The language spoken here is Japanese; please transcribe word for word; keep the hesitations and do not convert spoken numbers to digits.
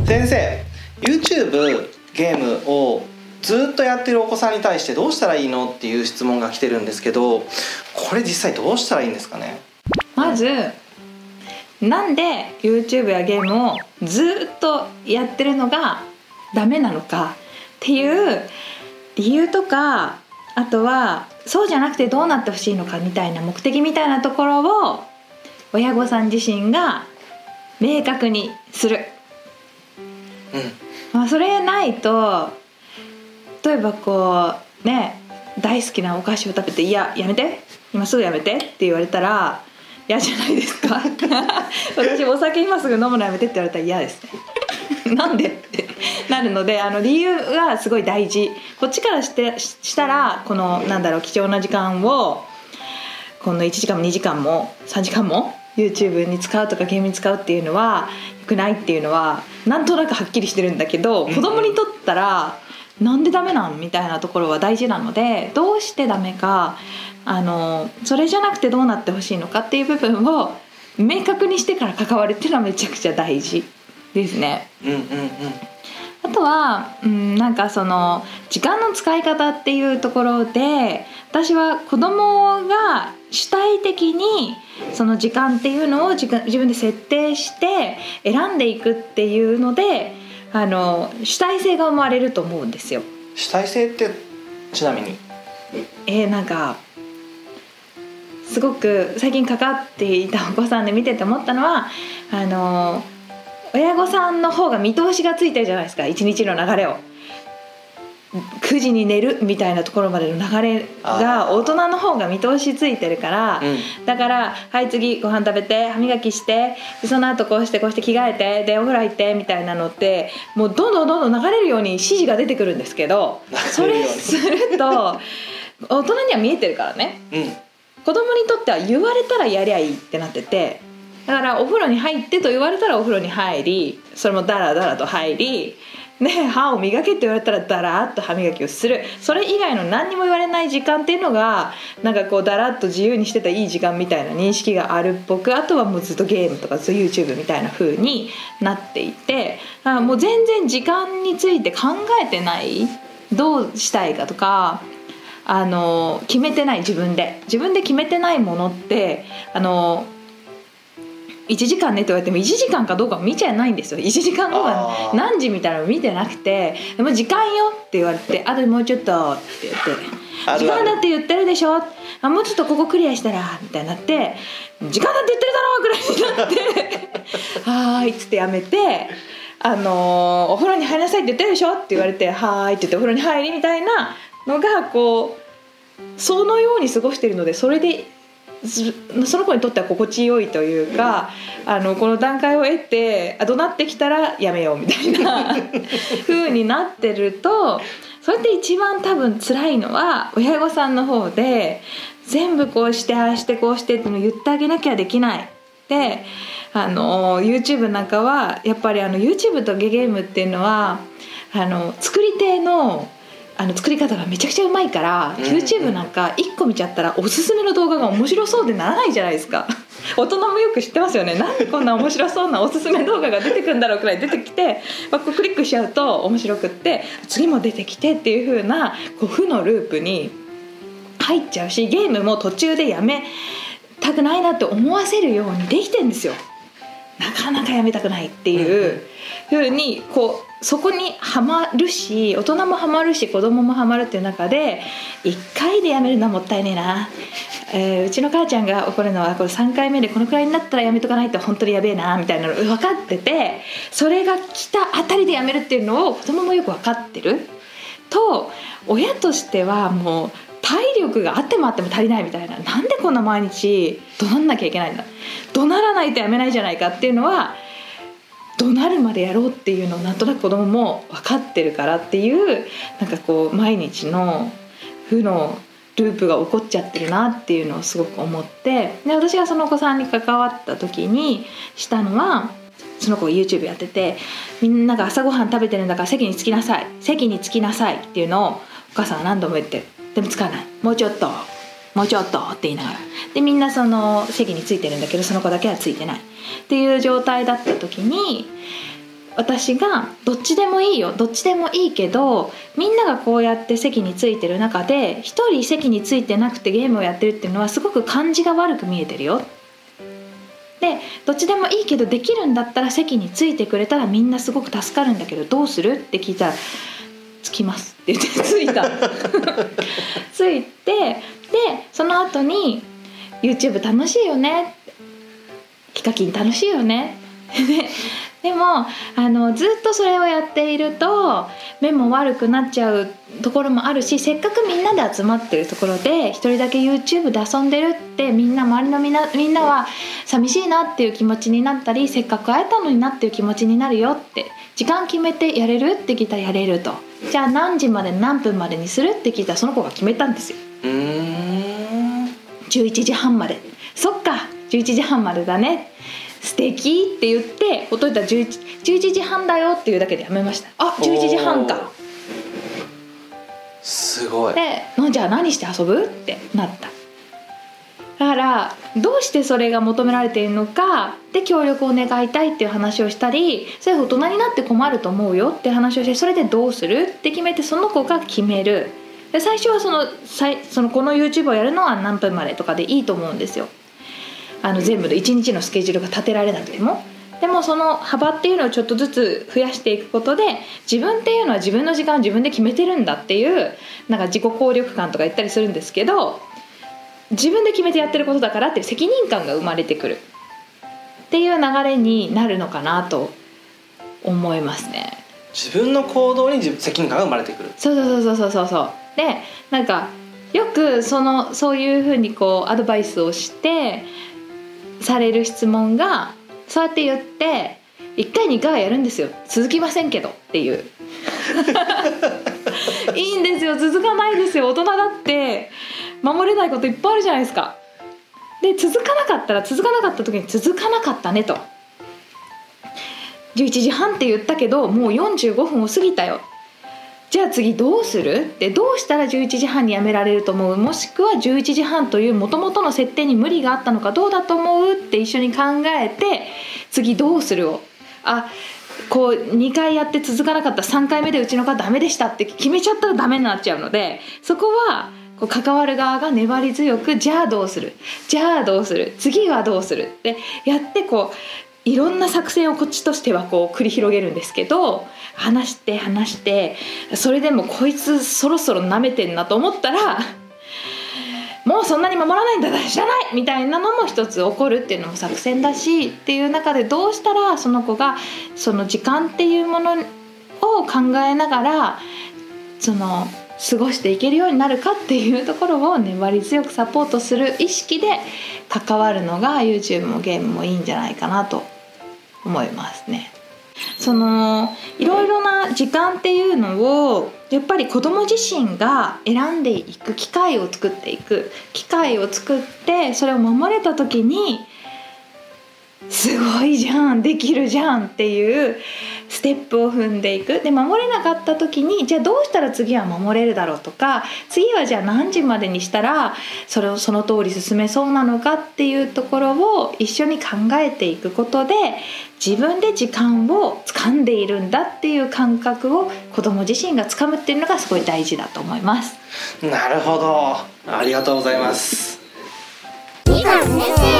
先生 YouTube ゲームをずっとやってるお子さんに対してどうしたらいいのっていう質問が来てるんですけど、これ実際どうしたらいいんですかね。 まずなんで YouTube やゲームをずっとやってるのがダメなのかっていう理由とか、あとはそうじゃなくてどうなってほしいのかみたいな目的みたいなところを親御さん自身が明確にする、うんまあ、それないと、例えばこうね大好きなお菓子を食べて、いややめて今すぐやめてって言われたら嫌じゃないですか私お酒今すぐ飲むのやめてって言われたら嫌ですねなんでってなるので、あの理由がすごい大事。こっちからしてしたらこのなんだろう貴重な時間をこのいちじかんもにじかんもさんじかんも YouTube に使うとかゲームに使うっていうのは良くないっていうのはなんとなくはっきりしてるんだけど、子供にとったらなんでダメなんみたいなところは大事なので、どうしてダメか、あのそれじゃなくてどうなってほしいのかっていう部分を明確にしてから関わるっていうのはめちゃくちゃ大事ですね。 うんうんうん。 あとは、うん、なんかその時間の使い方っていうところで、私は子供が主体的にその時間っていうのを自分で設定して選んでいくっていうので、あの主体性が生まれると思うんですよ。 主体性ってちなみにえー、なんかすごく最近かかっていたお子さんで見てて思ったのは、あの親御さんの方が見通しがついてるじゃないですか、一日の流れを。くじに寝るみたいなところまでの流れが大人の方が見通しついてるから、うん、だからはい次ご飯食べて歯磨きして、でその後こうしてこうして着替えて、でお風呂入ってみたいなのってもうどんどんどんどん流れるように指示が出てくるんですけど、それすると大人には見えてるからね、うん、子供にとっては言われたらやりゃいいってなってて、だからお風呂に入ってと言われたらお風呂に入り、それもダラダラと入り、ね、歯を磨けって言われたらダラッと歯磨きをする。それ以外の何にも言われない時間っていうのがなんかこうダラッと自由にしてたいい時間みたいな認識があるっぽく、あとはもうずっとゲームとか YouTube みたいな風になっていて、あもう全然時間について考えてない、どうしたいかとかあの決めてない、自分で自分で決めてないものってあのいちじかんねって言われてもいちじかんかどうか見ちゃないんですよ。いちじかんごが何時みたいなの見てなくて、でも時間よって言われて、あともうちょっとって言って時間だって言ってるでしょ、あもうちょっとここクリアしたらみたいになって、時間だって言ってるだろうぐらいになってはーいっつってやめて、あのー、お風呂に入りなさいって言ってるでしょって言われて、はーいって言ってお風呂に入りみたいなのがこうそのように過ごしているので、それでその子にとっては心地よいというか、あのこの段階を得てあ怒鳴ってきたらやめようみたいな風になってると、それって一番多分辛いのは親御さんの方で、全部こうしてああしてこうしてっていうのを言ってあげなきゃできない。であの YouTube なんかはやっぱりあの YouTube とゲームっていうのはあの作り手のあの作り方がめちゃくちゃうまいから、うん、YouTube なんかいっこ見ちゃったらおすすめの動画が面白そうでならないじゃないですか大人もよく知ってますよね。なんでこんな面白そうなおすすめ動画が出てくるんだろうくらい出てきて、まあ、こうクリックしちゃうと面白くって、次も出てきてっていう風なこう負のループに入っちゃうし、ゲームも途中でやめたくないなって思わせるようにできてるんですよ。なかなかやめたくないっていう風にこうそこにはまるし、大人もはまるし子供もはまるっていう中で、いっかいでやめるのはもったいねえな、えー、うちの母ちゃんが怒るのはこれさんかいめでこのくらいになったらやめとかないと本当にやべえなみたいなの分かってて、それが来たあたりでやめるっていうのを子供もよく分かってると、親としてはもう体力があってもあっても足りないみたいな、なんでこんな毎日怒鳴んなきゃいけないんだ、怒鳴らないとやめないじゃないかっていうのは、怒鳴るまでやろうっていうのをなんとなく子供も分かってるからっていう、なんかこう毎日の負のループが起こっちゃってるなっていうのをすごく思って、で私がそのお子さんに関わった時にしたのは、その子が YouTube やってて、みんなが朝ごはん食べてるんだから席に着きなさい席に着きなさいっていうのをお母さんは何度も言って、でもつかない、もうちょっともうちょっとって言いながら、でみんなその席に着いてるんだけどその子だけは着いてないっていう状態だった時に、 私がどっちでもいいよどっちでもいいけどみんながこうやって席についてる中で一人席についてなくてゲームをやってるっていうのはすごく感じが悪く見えてるよ。でどっちでもいいけどできるんだったら席についてくれたらみんなすごく助かるんだけどどうするって聞いたらつきますって言ってついたついてでその後に YouTube 楽しいよねヒカキン楽しいよねでもあのずっとそれをやっていると目も悪くなっちゃうところもあるしせっかくみんなで集まってるところで一人だけ YouTube で遊んでるってみんな周りのみんなみんなは寂しいなっていう気持ちになったりせっかく会えたのになっていう気持ちになるよって時間決めてやれるって聞いたらやれるとじゃあ何時まで何分までにするって聞いたらその子が決めたんですよ。 うーんじゅういちじはんまでそっかじゅういちじはんまでだね素敵って言ってほっといたらじゅういちじはんだよっていうだけでやめました。あじゅういちじはんかすごいでじゃあ何して遊ぶってなった。だからどうしてそれが求められているのかで協力を願いたいっていう話をしたりそれ大人になって困ると思うよって話をしてそれでどうするって決めてその子が決める。で最初はそのそのこの YouTube をやるのは何分までとかでいいと思うんですよ。あの全部でいちにちのスケジュールが立てられなくてもでもその幅っていうのをちょっとずつ増やしていくことで自分っていうのは自分の時間を自分で決めてるんだっていうなんか自己効力感とか言ったりするんですけど自分で決めてやってることだからっていう責任感が生まれてくるっていう流れになるのかなと思いますね。 自分の行動に自分責任感が生まれてくる。 そうそうそうそうそうそうでなんかよくそのそういうふうにこうアドバイスをしてされる質問がそうやって言っていっかいにかいはやるんですよ続きませんけどっていういいんですよ続かないですよ大人だって守れないこといっぱいあるじゃないですか。で続かなかったら続かなかった時に続かなかったねとじゅういちじはんって言ったけどもうよんじゅうごふんを過ぎたよじゃあ次どうするってどうしたらじゅういちじはんにやめられると思うもしくはじゅういちじはんという元々の設定に無理があったのかどうだと思うって一緒に考えて次どうするをあこうにかいやって続かなかったさんかいめでうちの子はダメでしたって決めちゃったらダメになっちゃうのでそこはこう関わる側が粘り強くじゃあどうするじゃあどうする次はどうするってやってこういろんな作戦をこっちとしてはこう繰り広げるんですけど話して話してそれでもこいつそろそろ舐めてんなと思ったらもうそんなに守らないんだ知らないみたいなのも一つ起こるっていうのも作戦だしっていう中でどうしたらその子がその時間っていうものを考えながらその過ごしていけるようになるかっていうところを粘り強くサポートする意識で関わるのが YouTube もゲームもいいんじゃないかなと思いますね。そのいろいろな時間っていうのをやっぱり子ども自身が選んでいく機会を作っていく機会を作ってそれを守れた時にすごいじゃんできるじゃんっていうステップを踏んでいく。で守れなかった時にじゃあどうしたら次は守れるだろうとか次はじゃあ何時までにしたらそれをその通り進めそうなのかっていうところを一緒に考えていくことで自分で時間を掴んでいるんだっていう感覚を子ども自身が掴むっていうのがすごい大事だと思います。 なるほどありがとうございます。 みかん先生